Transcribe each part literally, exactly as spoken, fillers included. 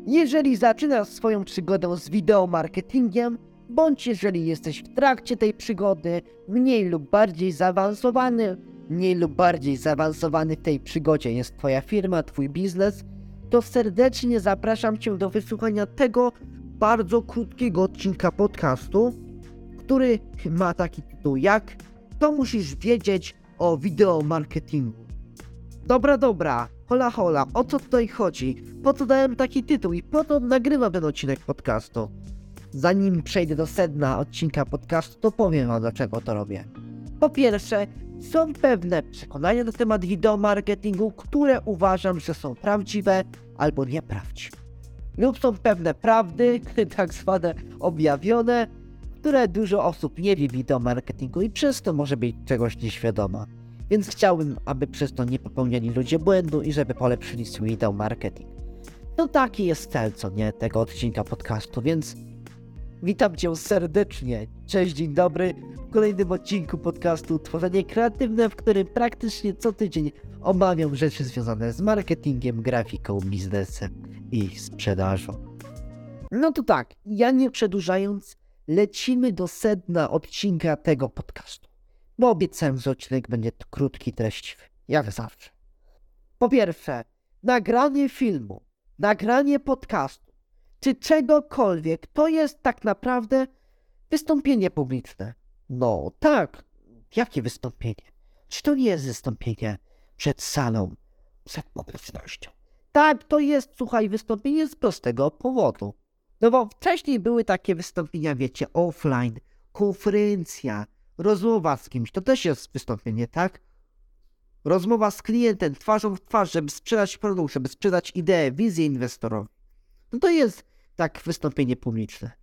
Jeżeli zaczynasz swoją przygodę z wideomarketingiem, bądź jeżeli jesteś w trakcie tej przygody, mniej lub bardziej zaawansowany, mniej lub bardziej zaawansowany w tej przygodzie jest Twoja firma, Twój biznes, to serdecznie zapraszam Cię do wysłuchania tego bardzo krótkiego odcinka podcastu, który ma taki tytuł jak To musisz wiedzieć o wideomarketingu. Dobra, dobra, hola hola, o co tutaj chodzi? Po co dałem taki tytuł i po to nagrywam ten odcinek podcastu? Zanim przejdę do sedna odcinka podcastu, to powiem wam, dlaczego to robię. Po pierwsze, są pewne przekonania na temat wideomarketingu, które uważam, że są prawdziwe albo nieprawdziwe. Lub są pewne prawdy, tak zwane objawione, które dużo osób nie wie w wideomarketingu i przez to może być czegoś nieświadoma. Więc chciałbym, aby przez to nie popełniali ludzie błędu i żeby polepszyli swój wideomarketing. No taki jest cel, co nie, tego odcinka podcastu, więc witam Cię serdecznie. Cześć, dzień dobry. W kolejnym odcinku podcastu Tworzenie Kreatywne, w którym praktycznie co tydzień omawiam rzeczy związane z marketingiem, grafiką, biznesem i sprzedażą. No to tak, ja nie przedłużając, lecimy do sedna odcinka tego podcastu. Bo obiecałem, że odcinek będzie krótki, treściwy. Jak zawsze. Po pierwsze, nagranie filmu, nagranie podcastu, czy czegokolwiek, to jest tak naprawdę wystąpienie publiczne. No tak, jakie wystąpienie? Czy to nie jest wystąpienie przed salą, przed publicznością? Tak, to jest, słuchaj, wystąpienie z prostego powodu. No bo wcześniej były takie wystąpienia, wiecie, offline, konferencja, rozmowa z kimś, to też jest wystąpienie, tak? Rozmowa z klientem twarzą w twarz, żeby sprzedać produkt, żeby sprzedać ideę, wizję inwestorowi. No to jest tak wystąpienie publiczne.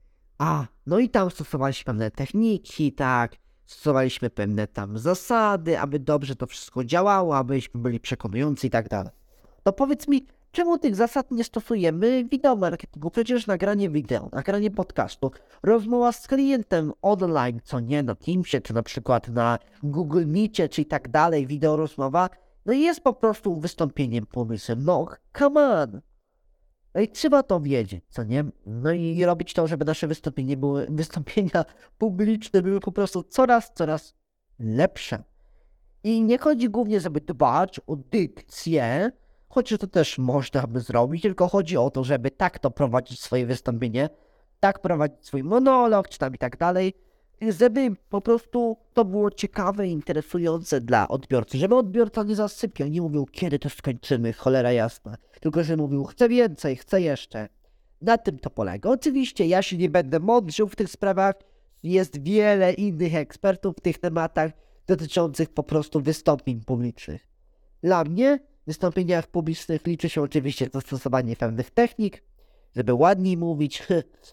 A, no i tam stosowaliśmy pewne techniki, tak? Stosowaliśmy pewne tam zasady, aby dobrze to wszystko działało, abyśmy byli przekonujący i tak dalej. To powiedz mi, czemu tych zasad nie stosujemy w wideomarketingu? Przecież nagranie wideo, nagranie podcastu, rozmowa z klientem online, co nie, na Teamsie, czy na przykład na Google Meetie, czy i tak dalej, wideo rozmowa, no jest po prostu wystąpieniem publicznym. No, come on! No i trzeba to wiedzieć, co nie? No i robić to, żeby nasze wystąpienia były, wystąpienia publiczne były po prostu coraz, coraz lepsze. I nie chodzi głównie, żeby dbać o dykcję, choć to też można by zrobić, tylko chodzi o to, żeby tak to prowadzić swoje wystąpienie, tak prowadzić swój monolog, czy tam i tak dalej, żeby po prostu to było ciekawe i interesujące dla odbiorcy, żeby odbiorca nie zasypiał, nie mówił, kiedy to skończymy, cholera jasna, tylko że mówił, chcę więcej, chcę jeszcze. Na tym to polega. Oczywiście ja się nie będę mądrzył w tych sprawach, jest wiele innych ekspertów w tych tematach dotyczących po prostu wystąpień publicznych. Dla mnie w wystąpieniach publicznych liczy się oczywiście zastosowanie pewnych technik, żeby ładniej mówić,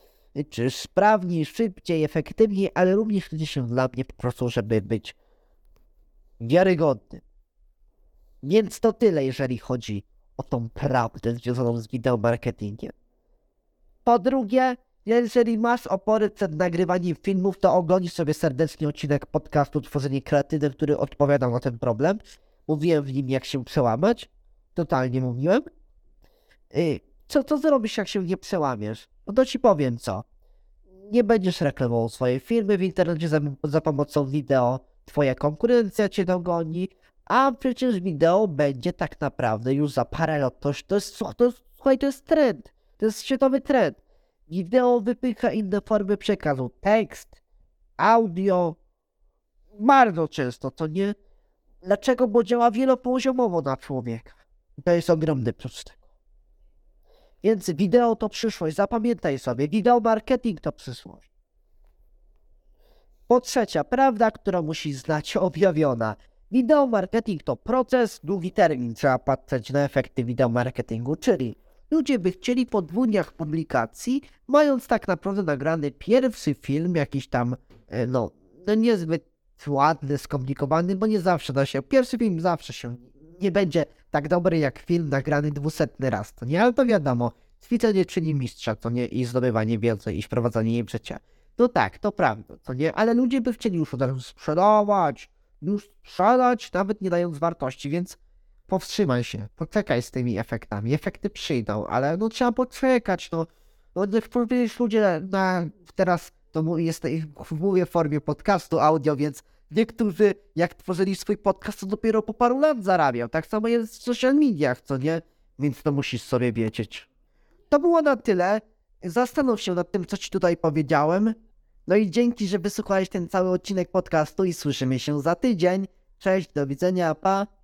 czy sprawniej, szybciej, efektywniej, ale również liczy się dla mnie po prostu, żeby być wiarygodnym. Więc to tyle, jeżeli chodzi o tą prawdę związaną z wideomarketingiem. Po drugie, jeżeli masz opory przed nagrywaniem filmów, to oglądaj sobie serdecznie odcinek podcastu Tworzenie Kreatywne, który odpowiadał na ten problem. Mówiłem w nim, jak się przełamać. Totalnie mówiłem. Co to zrobisz, jak się nie przełamiesz? No to ci powiem co. Nie będziesz reklamował swojej firmy w internecie za, za pomocą wideo. Twoja konkurencja cię dogoni. A przecież wideo będzie tak naprawdę już za parę lat. To, to, jest, to, jest, słuchaj, to jest trend. To jest światowy trend. Wideo wypycha inne formy przekazu. Tekst, audio. Bardzo często, to nie... Dlaczego? Bo działa wielopoziomowo na człowieka. To jest ogromny plus tego. Więc wideo to przyszłość. Zapamiętaj sobie. Wideo marketing to przyszłość. Po trzecie, prawda, którą musisz znać, objawiona. Wideo marketing to proces, długi termin. Trzeba patrzeć na efekty wideo marketingu, czyli ludzie by chcieli po dwóch dniach publikacji, mając tak naprawdę nagrany pierwszy film, jakiś tam, no, no niezbyt ładny, skomplikowany, bo nie zawsze da się, pierwszy film zawsze się nie będzie tak dobry jak film nagrany dwusetny raz, to nie, ale to wiadomo, ćwiczenie czyni mistrza, to nie, i zdobywanie wiedzy i wprowadzanie jej w życie. No tak, to prawda, to nie, ale ludzie by chcieli już od razu sprzedawać, już sprzedać, nawet nie dając wartości, więc powstrzymaj się, poczekaj z tymi efektami, efekty przyjdą, ale no trzeba poczekać, no. No wiesz, ludzie na, teraz to mu- jest, mówię w formie podcastu audio, więc niektórzy jak tworzyli swój podcast, to dopiero po paru lat zarabiał. Tak samo jest w social mediach, co nie? Więc to musisz sobie wiedzieć. To było na tyle. Zastanów się nad tym, co ci tutaj powiedziałem. No i dzięki, że wysłuchałeś ten cały odcinek podcastu i słyszymy się za tydzień. Cześć, do widzenia, pa!